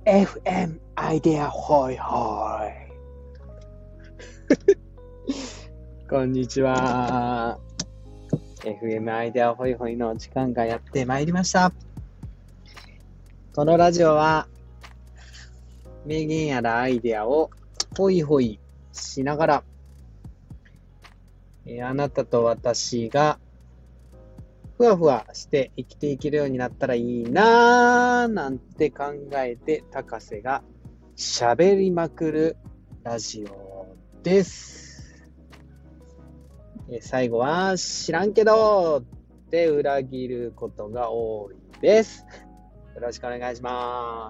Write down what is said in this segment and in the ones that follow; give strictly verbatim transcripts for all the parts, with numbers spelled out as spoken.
エフエム アイデアホイホイこんにちは。 エフエム アイデアホイホイの時間がやってまいりました。このラジオは名言やらアイデアをホイホイしながら、えー、あなたと私がふわふわして生きていけるようになったらいいなーなんて考えて高瀬が喋りまくるラジオです。え最後は知らんけどって裏切ることが多いです。よろしくお願いします。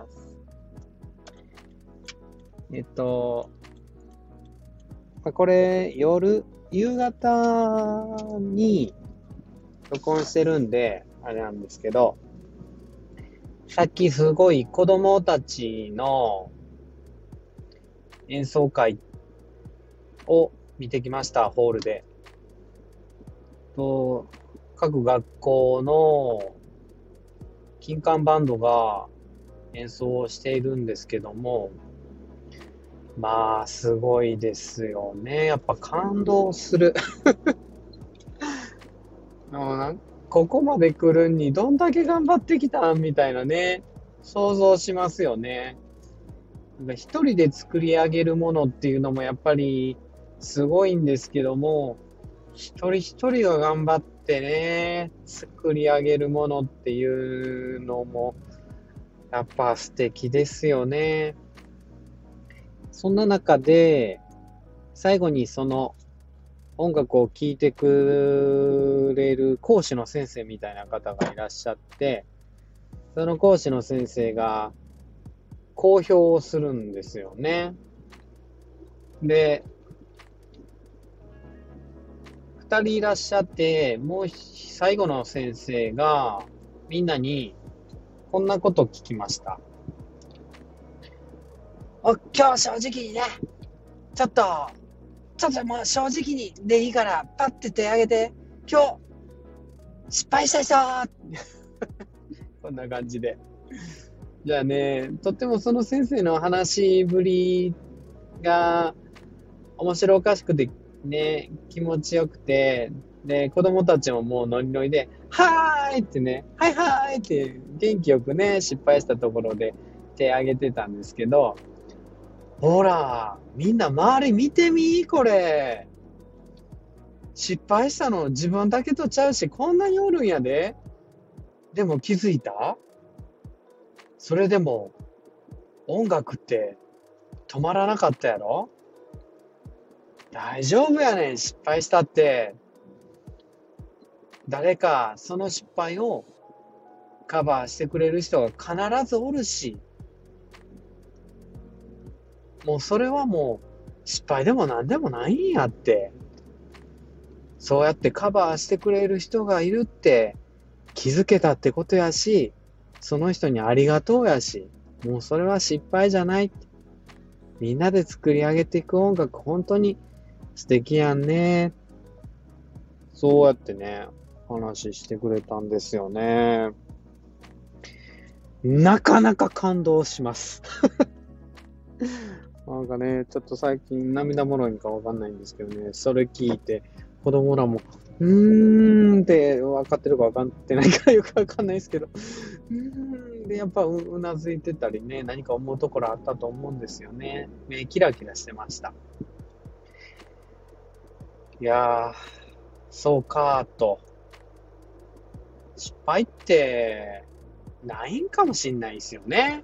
えっとこれ夜夕方に録音してるんであれなんですけど、さっきすごい子供たちの演奏会を見てきました。ホールでと各学校の金管バンドが演奏をしているんですけども、まあすごいですよね。やっぱ感動するここまで来るにどんだけ頑張ってきたんみたいなね、想像しますよね。一人で作り上げるものっていうのもやっぱりすごいんですけども、一人一人が頑張ってね作り上げるものっていうのもやっぱ素敵ですよね。そんな中で最後にその音楽を聴いてくれる講師の先生みたいな方がいらっしゃって、その講師の先生が講評をするんですよね。で、二人いらっしゃって、もう最後の先生がみんなにこんなこと聞きました。お、今日正直にね、ちょっとちょっともう正直にでいいからパッて手挙げて、今日失敗した人こんな感じで。じゃあね、とってもその先生の話ぶりが面白おかしくてね、気持ちよくて、で子供たちももうノリノリではーいってね、はいはーいって元気よくね、失敗したところで手挙げてたんですけど、ほら、みんな周り見てみ、これ。失敗したの自分だけとちゃうし、こんなにおるんやで。でも気づいた？それでも音楽って止まらなかったやろ？大丈夫やねん、失敗したって。誰かその失敗をカバーしてくれる人が必ずおるし、もうそれはもう失敗でも何でもないんやって。そうやってカバーしてくれる人がいるって気づけたってことやし、その人にありがとうやし、もうそれは失敗じゃない。みんなで作り上げていく音楽本当に素敵やんね。そうやってね話してくれたんですよね。なかなか感動しますなんかね、ちょっと最近涙もろいんかわかんないんですけどね、それ聞いて子供らもうーんって分かってるか分かってないかよく分かんないですけど、うーんでやっぱ う, うなずいてたりね、何か思うところあったと思うんですよね。目キラキラしてました。いやー、そうかーと、失敗ってないんかもしんないですよね。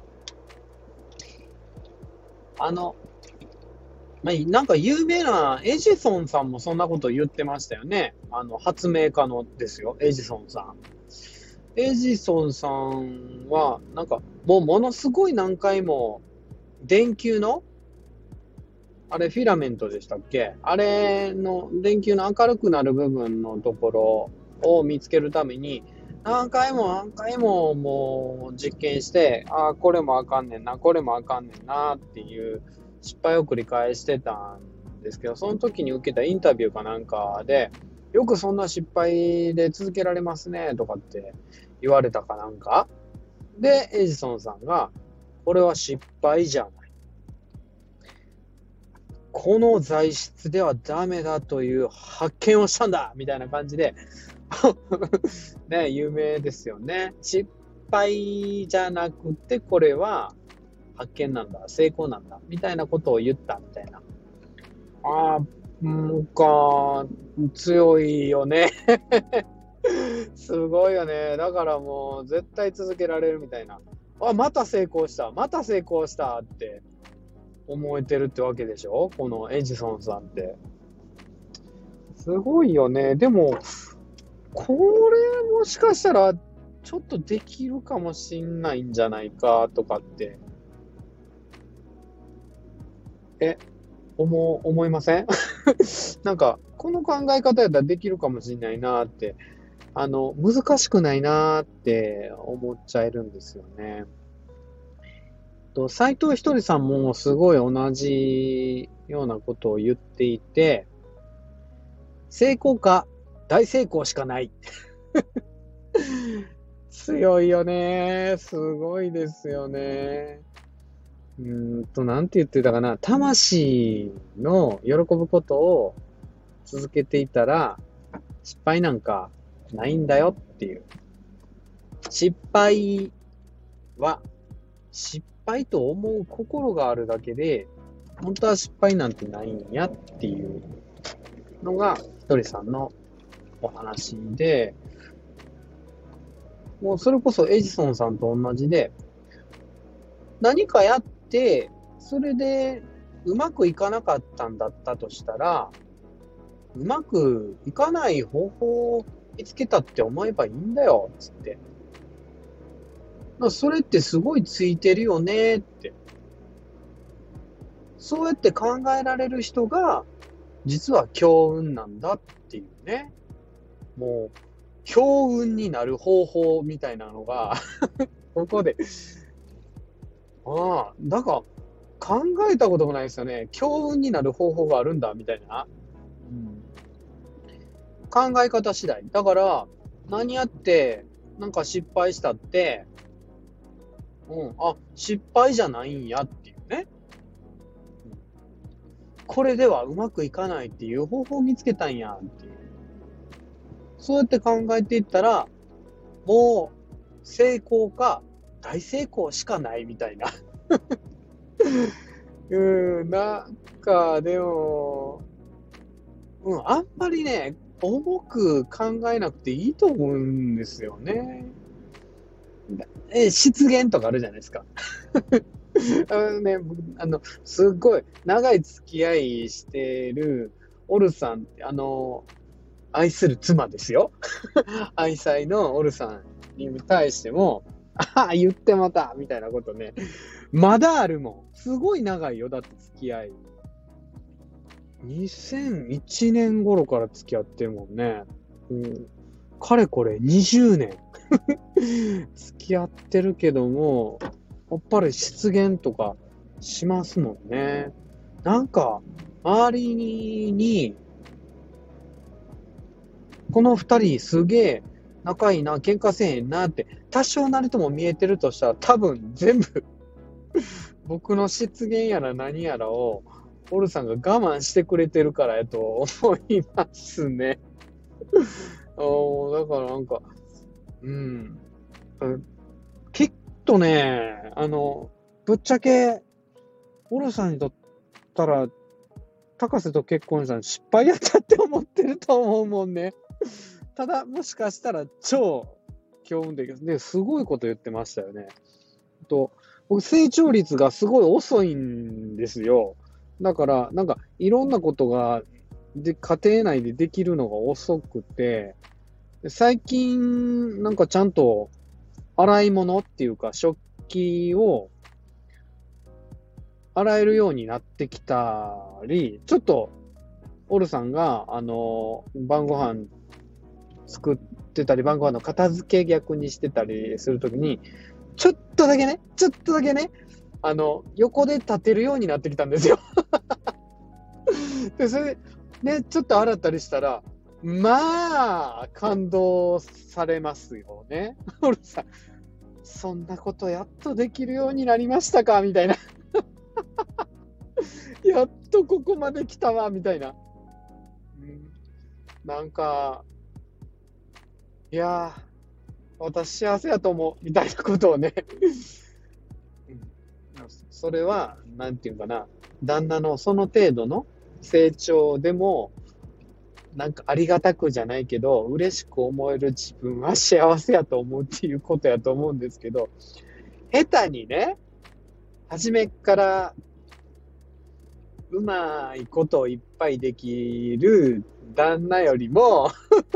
あのまあ、なんか有名なエジソンさんもそんなこと言ってましたよね。あの発明家のですよ、エジソンさん。エジソンさんはなんかもうものすごい何回も電球のあれフィラメントでしたっけ、あれの電球の明るくなる部分のところを見つけるために何回も何回ももう実験して、ああこれもあかんねんな、これもあかんねんなっていう失敗を繰り返してたんですけど、その時に受けたインタビューかなんかで、よくそんな失敗で続けられますねとかって言われたかなんかで、エジソンさんがこれは失敗じゃない。この材質ではダメだという発見をしたんだみたいな感じで、ね、有名ですよね。失敗じゃなくて、これは発見なんだ、成功なんだ、みたいなことを言ったみたいな。ああ、なんか、強いよね。すごいよね。だからもう、絶対続けられるみたいな。あ、また成功した、また成功したって思えてるってわけでしょ、このエジソンさんって。すごいよね。でも、これもしかしたら、ちょっとできるかもしんないんじゃないかとかって、え、思、思いません？なんか、この考え方やったらできるかもしんないなって、あの、難しくないなって思っちゃえるんですよね。と、斉藤ひとりさんもすごい同じようなことを言っていて、成功か大成功しかない。強いよね。すごいですよね。うーんと、なんて言ってたかな。魂の喜ぶことを続けていたら、失敗なんかないんだよっていう。失敗は、失敗と思う心があるだけで、本当は失敗なんてないんやっていうのが、ひとりさんのお話で、もうそれこそエジソンさんと同じで、何かやって、それでうまくいかなかったんだったとしたら、うまくいかない方法を見つけたって思えばいいんだよ、つって。それってすごいついてるよねって。そうやって考えられる人が、実は強運なんだっていうね。もう、強運になる方法みたいなのが、ここで、ああ、だから考えたこともないですよね。強運になる方法があるんだ、みたいな。うん、考え方次第。だから、何やって、なんか失敗したって、うん、あ、失敗じゃないんやっていうね。これではうまくいかないっていう方法を見つけたんやっていう。そうやって考えていったら、もう成功か大成功しかないみたいな。うん、なんか、でも、うん、あんまりね、重く考えなくていいと思うんですよね。え、失言とかあるじゃないですか。あのね、あの、すっごい長い付き合いしてるオルさんって、あの、愛する妻ですよ。愛妻のオルさんに対しても、ああ、言ってまたみたいなことね。まだあるもん。すごい長いよ。だって付き合い。にせんいちねん頃から付き合ってるもんね。うん、かれこれにじゅうねん。付き合ってるけども、やっぱり失言とかしますもんね。なんか、周りに、この二人すげえ仲いいな、喧嘩せえへんなって、多少なりとも見えてるとしたら、多分全部僕の失言やら何やらを、オルさんが我慢してくれてるからやと思いますね。おだからなんか、うん。きっとね、あの、ぶっちゃけ、オルさんにとったら、高瀬と結婚したの失敗やったって思ってると思うもんね。ただ、もしかしたら超強運で、で、すごいこと言ってましたよね。と、僕、成長率がすごい遅いんですよ。だから、なんか、いろんなことが、で、家庭内でできるのが遅くて、最近、なんかちゃんと、洗い物っていうか、食器を、洗えるようになってきたり、ちょっと、オルさんが、あの、晩ご飯作ってたり、晩ご飯の片付け逆にしてたりするときに、ちょっとだけね、ちょっとだけね、あの、横で立てるようになってきたんですよ。で、それで、ね、ちょっと洗ったりしたら、まあ、感動されますよね。オルさん。 そんなことやっとできるようになりましたかみたいな。やっとここまで来たわみたいな。うん、なんか、いやー、私幸せやと思うみたいなことをね。うん、それは、なんていうかな、旦那のその程度の成長でも、なんかありがたくじゃないけど、嬉しく思える自分は幸せやと思うっていうことやと思うんですけど、下手にね、初めっからうまいことをいっぱいできる旦那よりも、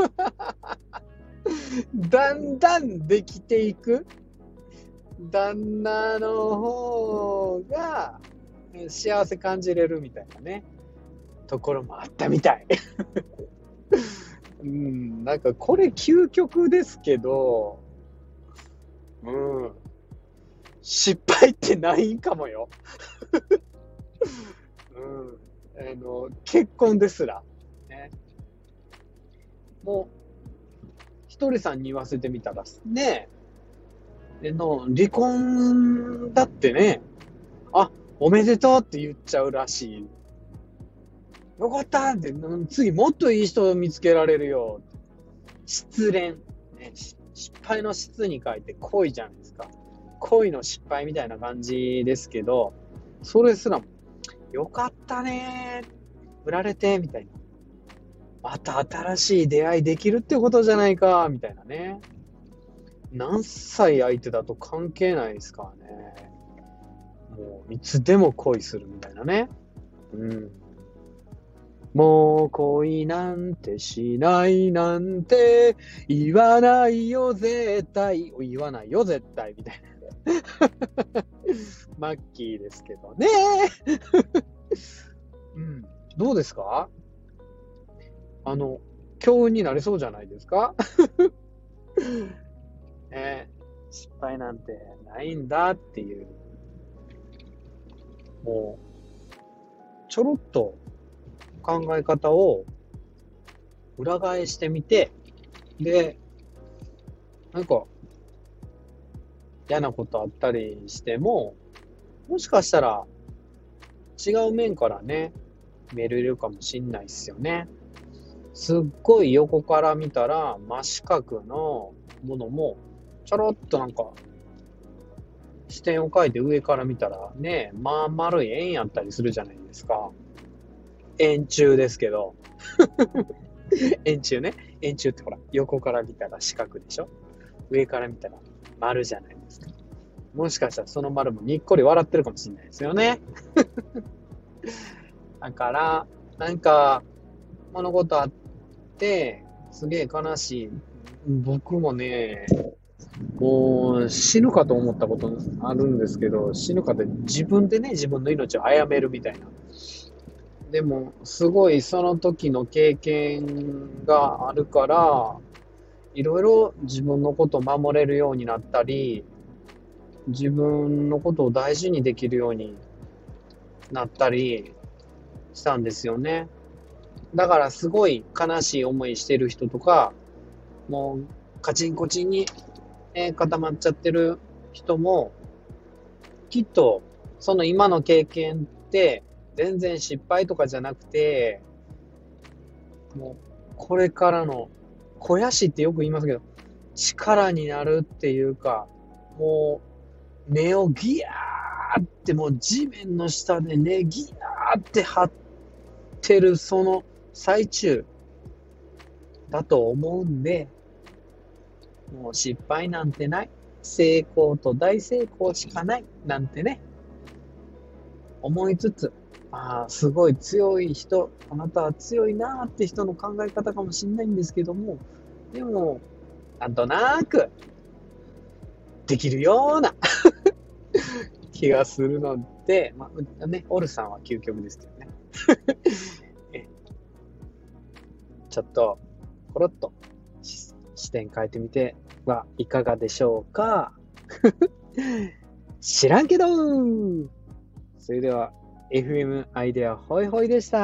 だんだんできていく旦那の方が幸せ感じれるみたいなね、ところもあったみたい。うん、なんかこれ究極ですけど、うん、失敗ってないんかもよ。うん、あの結婚ですら、ね、もうひとりさんに言わせてみたらね、えの離婚だってね、あ、おめでとうって言っちゃうらしい。よかったって、次もっといい人を見つけられるよ。失恋、ね。失敗の失に書いて恋じゃないですか。恋の失敗みたいな感じですけど、それすらも、よかったね振られて、みたいな。また新しい出会いできるってことじゃないか、みたいなね。何歳相手だと関係ないですからね。もう、いつでも恋するみたいなね。うん。もう恋なんてしないなんて言わないよ絶対。言わないよ絶対みたいな。マッキーですけどね。うん。どうですか？あの、強運になれそうじゃないですか？ね、失敗なんてないんだっていう、もう、ちょろっと考え方を裏返してみて、で、なんか嫌なことあったりしても、もしかしたら違う面からね、見れるかもしんないっすよね。すっごい横から見たら真四角のものも、ちょろっとなんか視点を変えて上から見たらね、まあ丸い円やったりするじゃないですか。円柱ですけど。円柱ね。円柱ってほら、横から見たら四角でしょ？上から見たら丸じゃないですか。もしかしたらその丸もにっこり笑ってるかもしれないですよね。だから、なんか、物事あって、すげえ悲しい。僕もね、もう死ぬかと思ったことあるんですけど、死ぬかって自分でね、自分の命を殺めるみたいな。でも、すごいその時の経験があるから、いろいろ自分のことを守れるようになったり、自分のことを大事にできるようになったりしたんですよね。だからすごい悲しい思いしてる人とか、もうカチンコチンに、ね、固まっちゃってる人も、きっとその今の経験って全然失敗とかじゃなくて、もうこれからの肥やしってよく言いますけど、力になるっていうか、もう根をギヤーってもう地面の下でね、ギヤーって張ってるその最中だと思うんで、もう失敗なんてない。成功と大成功しかないなんてね、思いつつ、ああ、すごい強い人、あなたは強いなーって人の考え方かもしれないんですけども、でも、なんとなくできるような気がするので、まあ、ね、オルさんは究極ですけどね。えちょっと、コロッと視点変えてみてはいかがでしょうか。知らんけどー。それでは エフエム アイデアホイホイでした。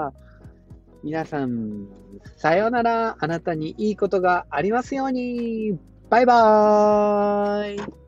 皆さん、さようなら。あなたにいいことがありますように。バイバーイ。